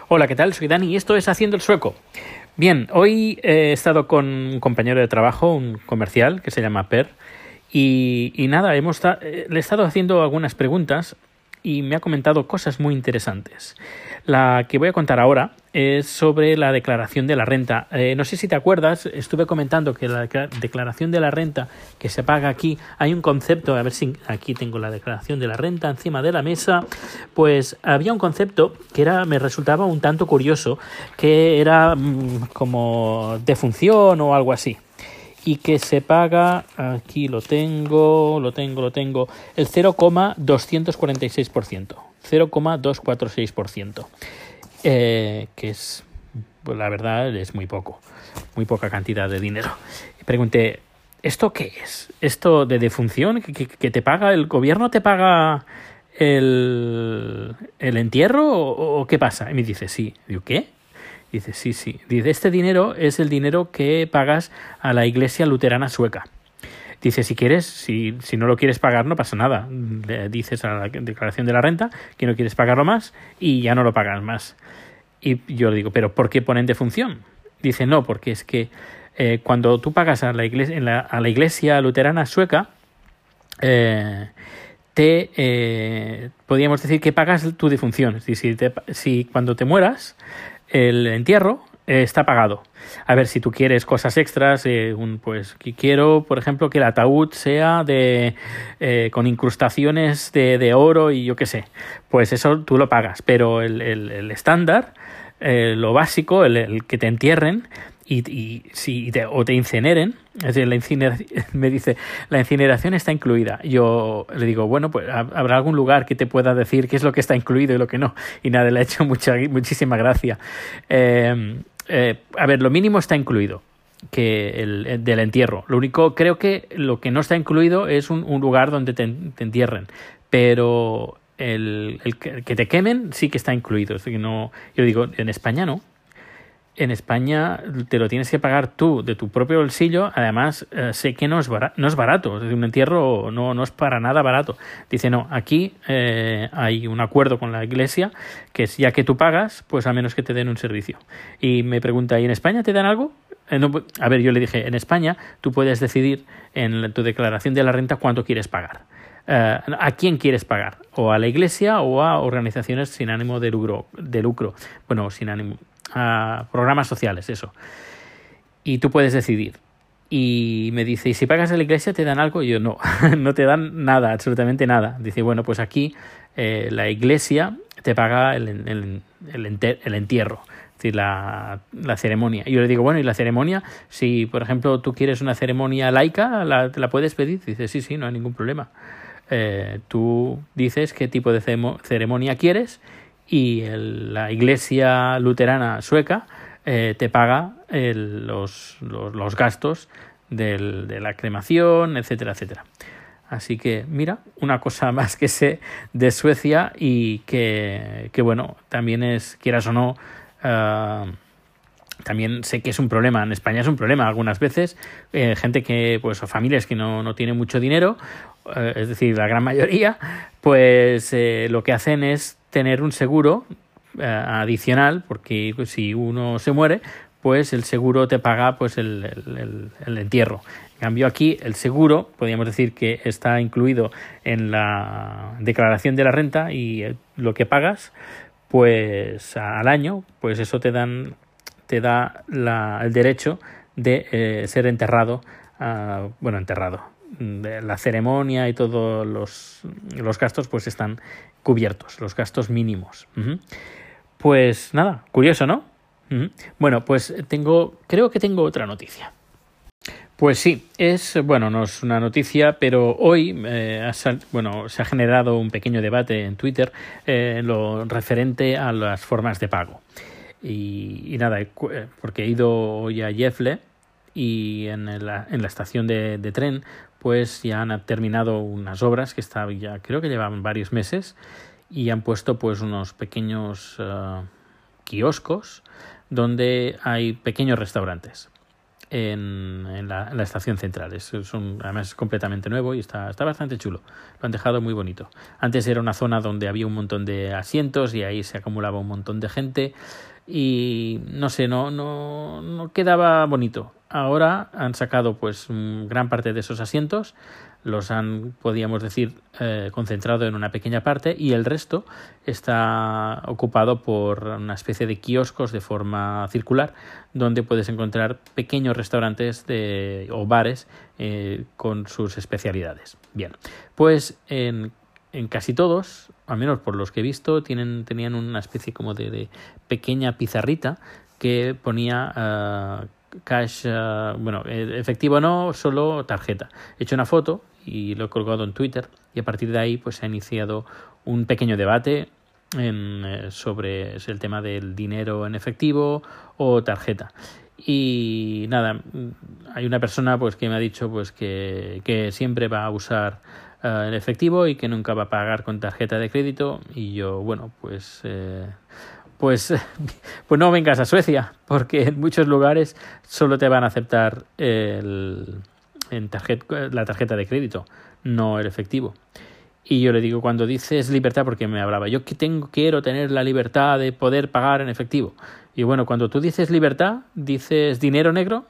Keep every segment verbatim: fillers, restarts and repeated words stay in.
Hola, ¿qué tal? Soy Dani y esto es Haciendo el Sueco. Bien, hoy he estado con un compañero de trabajo, un comercial que se llama Per, y, y nada, hemos le he estado haciendo algunas preguntas y me ha comentado cosas muy interesantes. La que voy a contar ahora es sobre la declaración de la renta. Eh, no sé si te acuerdas, estuve comentando que la declaración de la renta que se paga aquí, hay un concepto, a ver si aquí tengo la declaración de la renta encima de la mesa, pues había un concepto que era me resultaba un tanto curioso, que era mmm, como defunción o algo así. Y que se paga, aquí lo tengo, lo tengo, lo tengo, el cero coma doscientos cuarenta y seis por ciento, cero coma doscientos cuarenta y seis por ciento, eh, que es, pues la verdad, es muy poco, muy poca cantidad de dinero. Y pregunté, ¿esto qué es? ¿Esto de defunción? ¿Que, que, que te paga, el gobierno te paga el, el entierro o, o qué pasa? Y me dice, sí. Digo, ¿qué? Dice, sí, sí. Dice, este dinero es el dinero que pagas a la Iglesia Luterana Sueca. Dice, si quieres, si, si no lo quieres pagar, no pasa nada. Le dices a la declaración de la renta que no quieres pagarlo más y ya no lo pagas más. Y yo le digo, ¿pero por qué ponen defunción? Dice, no, porque es que eh, cuando tú pagas a la iglesia, en la, a la Iglesia Luterana Sueca, eh, te eh, podríamos decir que pagas tu defunción. Es decir, si, te, si cuando te mueras, el entierro eh, está pagado. A ver, si tú quieres cosas extras, eh, un, pues que quiero, por ejemplo, que el ataúd sea de eh, con incrustaciones de, de oro y yo qué sé, pues eso tú lo pagas. Pero el, el, el estándar, eh, lo básico, el, el que te entierren y, y si te, o te incineren, es decir, la incineración, me dice, la incineración está incluida. Yo le digo, bueno, pues habrá algún lugar que te pueda decir qué es lo que está incluido y lo que no. Y nada, le ha hecho mucha, muchísima gracia. Eh, eh, a ver, lo mínimo está incluido, que el, el del entierro. Lo único, creo que lo que no está incluido es un, un lugar donde te, te entierren. Pero el, el que, que te quemen sí que está incluido. Es decir, no, yo digo, en España no. En España te lo tienes que pagar tú de tu propio bolsillo. Además, eh, sé que no es barato, no es barato. Es decir, un entierro no, no es para nada barato. Dice, no, aquí eh, hay un acuerdo con la iglesia que es ya que tú pagas, pues a menos que te den un servicio. Y me pregunta, ¿y en España te dan algo? Eh, no, a ver, yo le dije, en España tú puedes decidir en tu declaración de la renta cuánto quieres pagar. Uh, ¿A quién quieres pagar? ¿O a la iglesia o a organizaciones sin ánimo de lucro? De lucro. Bueno, sin ánimo... a programas sociales, eso. Y tú puedes decidir. Y me dice, ¿y si pagas a la iglesia te dan algo? Y yo, no, no te dan nada, absolutamente nada. Dice, bueno, pues aquí eh, la iglesia te paga el, el, el, enter, el entierro, es decir, la, la ceremonia. Y yo le digo, bueno, ¿y la ceremonia? Si, por ejemplo, tú quieres una ceremonia laica, ¿la, ¿la puedes pedir? Dice, sí, sí, no hay ningún problema. Eh, tú dices qué tipo de ceremonia quieres y el, la Iglesia Luterana Sueca eh, te paga el, los, los, los gastos del, de la cremación, etcétera, etcétera. Así que, mira, una cosa más que sé de Suecia y que, que bueno, también es, quieras o no, uh, también sé que es un problema. En España es un problema algunas veces. Eh, gente que, pues, o familias que no, no tienen mucho dinero, eh, es decir, la gran mayoría, pues eh, lo que hacen es tener un seguro eh, adicional, porque pues, si uno se muere, pues el seguro te paga pues el, el, el, el entierro. En cambio aquí el seguro, podríamos decir que está incluido en la declaración de la renta y lo que pagas, pues al año, pues eso te dan te da la, el derecho de eh, ser enterrado, uh, bueno, enterrado. De la ceremonia y todos los, los gastos pues están cubiertos, los gastos mínimos. Uh-huh. Pues nada, curioso, ¿no? Uh-huh. Bueno, pues tengo, creo que tengo otra noticia. Pues sí, es, bueno, no es una noticia, pero hoy eh, ha sal, bueno, se ha generado un pequeño debate en Twitter eh, lo referente a las formas de pago. Y, y nada, porque he ido hoy a Gefle y en la, en la estación de, de tren pues ya han terminado unas obras que está, ya creo que llevan varios meses y han puesto pues unos pequeños uh, kioscos donde hay pequeños restaurantes. en, en, la, en la estación central. Es, es un, además es completamente nuevo y está, está bastante chulo. Lo han dejado muy bonito. Antes era una zona donde había un montón de asientos y ahí se acumulaba un montón de gente y no sé, no, no, no quedaba bonito. Ahora han sacado pues gran parte de esos asientos, los han, podríamos decir, eh, concentrado en una pequeña parte y el resto está ocupado por una especie de kioscos de forma circular donde puedes encontrar pequeños restaurantes de, o bares eh, con sus especialidades. Bien, pues en, en casi todos, al menos por los que he visto, tienen, tenían una especie como de, de pequeña pizarrita que ponía... Uh, cash, uh, bueno, efectivo no, solo tarjeta. He hecho una foto y lo he colgado en Twitter y a partir de ahí pues se ha iniciado un pequeño debate en, eh, sobre el tema del dinero en efectivo o tarjeta. Y nada, hay una persona pues que me ha dicho pues que, que siempre va a usar uh, el efectivo y que nunca va a pagar con tarjeta de crédito y yo, bueno, pues... Eh, Pues, pues no vengas a Suecia, porque en muchos lugares solo te van a aceptar el, en tarjeta, la tarjeta de crédito, no el efectivo. Y yo le digo, cuando dices libertad, porque me hablaba, yo que tengo, quiero tener la libertad de poder pagar en efectivo. Y bueno, cuando tú dices libertad, dices dinero negro.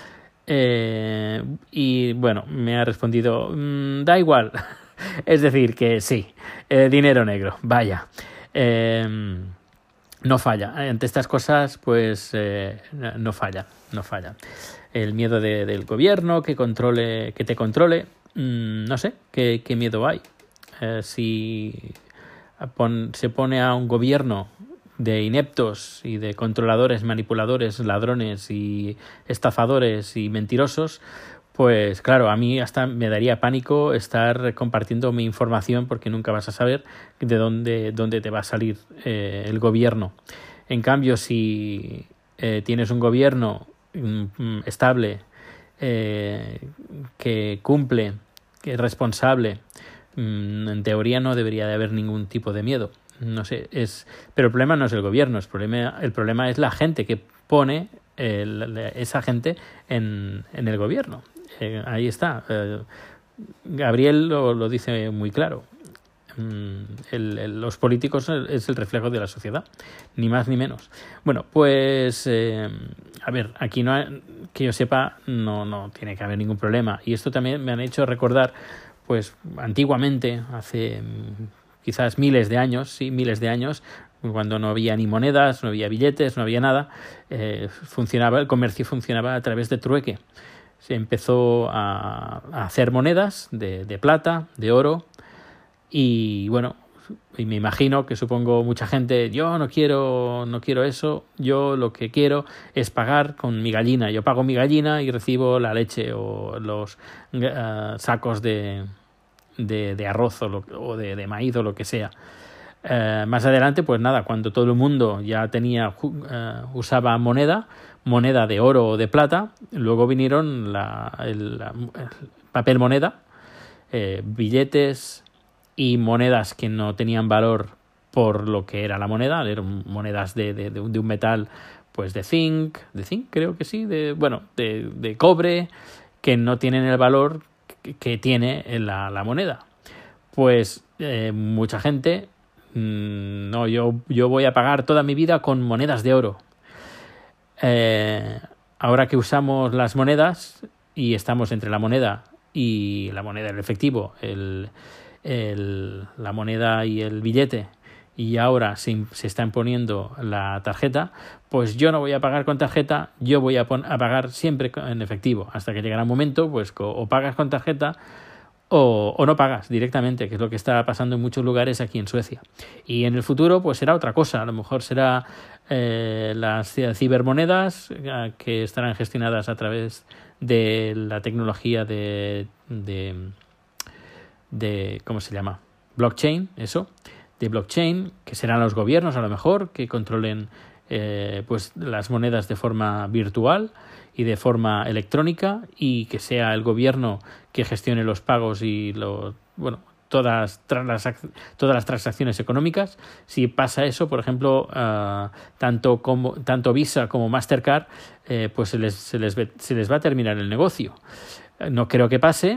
Eh, y bueno, me ha respondido, mmm, da igual. Es decir, que sí, eh, dinero negro, vaya. Eh, No falla. Ante estas cosas, pues eh, no falla, no falla. El miedo de, del gobierno que controle, que te controle, mmm, no sé, ¿qué, qué miedo hay? Eh, si pon, se pone a un gobierno de ineptos y de controladores, manipuladores, ladrones y estafadores y mentirosos, pues claro, a mí hasta me daría pánico estar compartiendo mi información porque nunca vas a saber de dónde, dónde te va a salir eh, el gobierno. En cambio, si eh, tienes un gobierno mm, estable, eh, que cumple, que es responsable, mm, en teoría no debería de haber ningún tipo de miedo. No sé, es, pero el problema no es el gobierno, el problema, el problema es la gente que pone el, esa gente en, en el gobierno. Eh, ahí está. Eh, Gabriel lo, lo dice muy claro. Mm, el, el, los políticos es el reflejo de la sociedad, ni más ni menos. Bueno, pues eh, a ver, aquí no hay, que yo sepa, no, no tiene que haber ningún problema. Y esto también me han hecho recordar, pues antiguamente, hace quizás miles de años, sí, miles de años, cuando no había ni monedas, no había billetes, no había nada, eh, funcionaba, el comercio funcionaba a través de trueque. Se empezó a, a hacer monedas de, de plata, de oro y bueno, y me imagino que supongo mucha gente, yo no quiero, no quiero eso, yo lo que quiero es pagar con mi gallina, yo pago mi gallina y recibo la leche o los uh, sacos de, de, de arroz o, lo, o de, de maíz o lo que sea. Uh, más adelante, pues nada, cuando todo el mundo ya tenía uh, usaba moneda, moneda de oro o de plata, luego vinieron la, el, la, el papel moneda, eh, billetes y monedas que no tenían valor por lo que era la moneda, eran monedas de, de, de, un, de un metal, pues de zinc, de zinc creo que sí, de bueno, de, de cobre, que no tienen el valor que, que tiene la, la moneda. Pues eh, mucha gente, mmm, no, yo, yo voy a pagar toda mi vida con monedas de oro. Eh, ahora que usamos las monedas y estamos entre la moneda y la moneda, el efectivo, el, el, la moneda y el billete, y ahora se, se está imponiendo la tarjeta, pues yo no voy a pagar con tarjeta, yo voy a, pon, a pagar siempre en efectivo, hasta que llegará un momento pues o pagas con tarjeta O, o no pagas directamente, que es lo que está pasando en muchos lugares aquí en Suecia. Y en el futuro pues será otra cosa, a lo mejor será eh, las cibermonedas eh, que estarán gestionadas a través de la tecnología de, de, de ¿cómo se llama? Blockchain, eso, de blockchain, que serán los gobiernos a lo mejor que controlen eh, pues las monedas de forma virtual y de forma electrónica y que sea el gobierno que gestione los pagos y lo, bueno, todas, las, todas las transacciones económicas. Si pasa eso, por ejemplo, uh, tanto, como, tanto Visa como Mastercard, eh, pues se les, se, les, se les va a terminar el negocio. No creo que pase,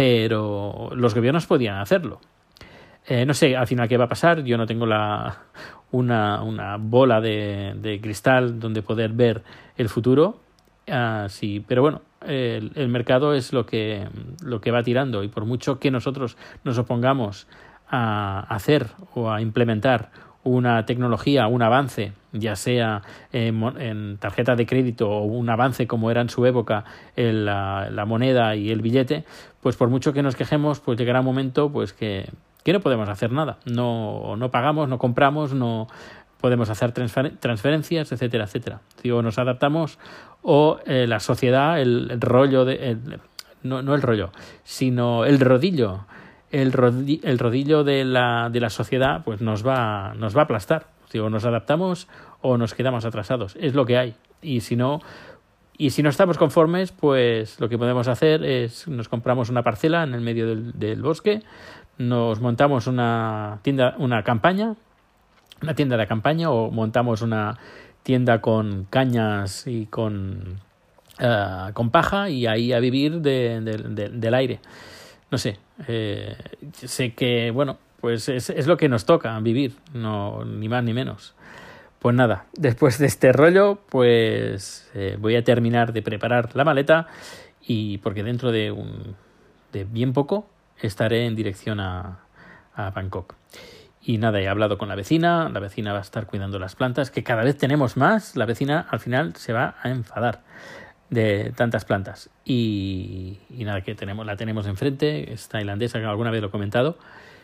pero los gobiernos podían hacerlo. Eh, no sé al final qué va a pasar. Yo no tengo la, una, una bola de, de cristal donde poder ver el futuro. Uh, sí, pero bueno, el, el mercado es lo que, lo que va tirando, y por mucho que nosotros nos opongamos a hacer o a implementar una tecnología, un avance, ya sea en, en tarjeta de crédito o un avance como era en su época el, la, la moneda y el billete, pues por mucho que nos quejemos, pues llegará un momento pues que, que no podemos hacer nada. No, no pagamos, no compramos, no podemos hacer transfer- transferencias, etcétera, etcétera. O nos adaptamos o eh, la sociedad, el, el rollo, de, el, no, no el rollo, sino el rodillo, el rodillo, el rodillo de la, de la sociedad, pues nos va, nos va a aplastar. O nos adaptamos o nos quedamos atrasados. Es lo que hay. Y si no, y si no estamos conformes, pues lo que podemos hacer es nos compramos una parcela en el medio del, del bosque, nos montamos una tienda, una campaña, una tienda de campaña, o montamos una tienda con cañas y con, uh, con paja, y ahí a vivir de, de, de, del aire. No sé, eh, sé que, bueno, pues es, es lo que nos toca vivir, no ni más ni menos. Pues nada, después de este rollo, pues eh, voy a terminar de preparar la maleta, y porque dentro de, un, de bien poco estaré en dirección a, a Bangkok. Y nada, he hablado con la vecina, la vecina va a estar cuidando las plantas, que cada vez tenemos más. La vecina al final se va a enfadar de tantas plantas. Y, y nada, que tenemos la tenemos enfrente, es tailandesa, que alguna vez lo he comentado.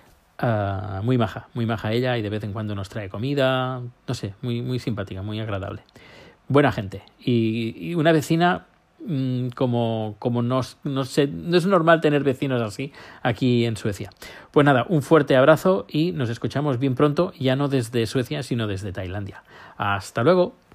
Uh, muy maja, muy maja ella, y de vez en cuando nos trae comida, no sé, muy, muy simpática, muy agradable. Buena gente. Y, y una vecina... como, como no, no, sé, no es normal tener vecinos así aquí en Suecia. Pues nada, un fuerte abrazo y nos escuchamos bien pronto, ya no desde Suecia, sino desde Tailandia. Hasta luego.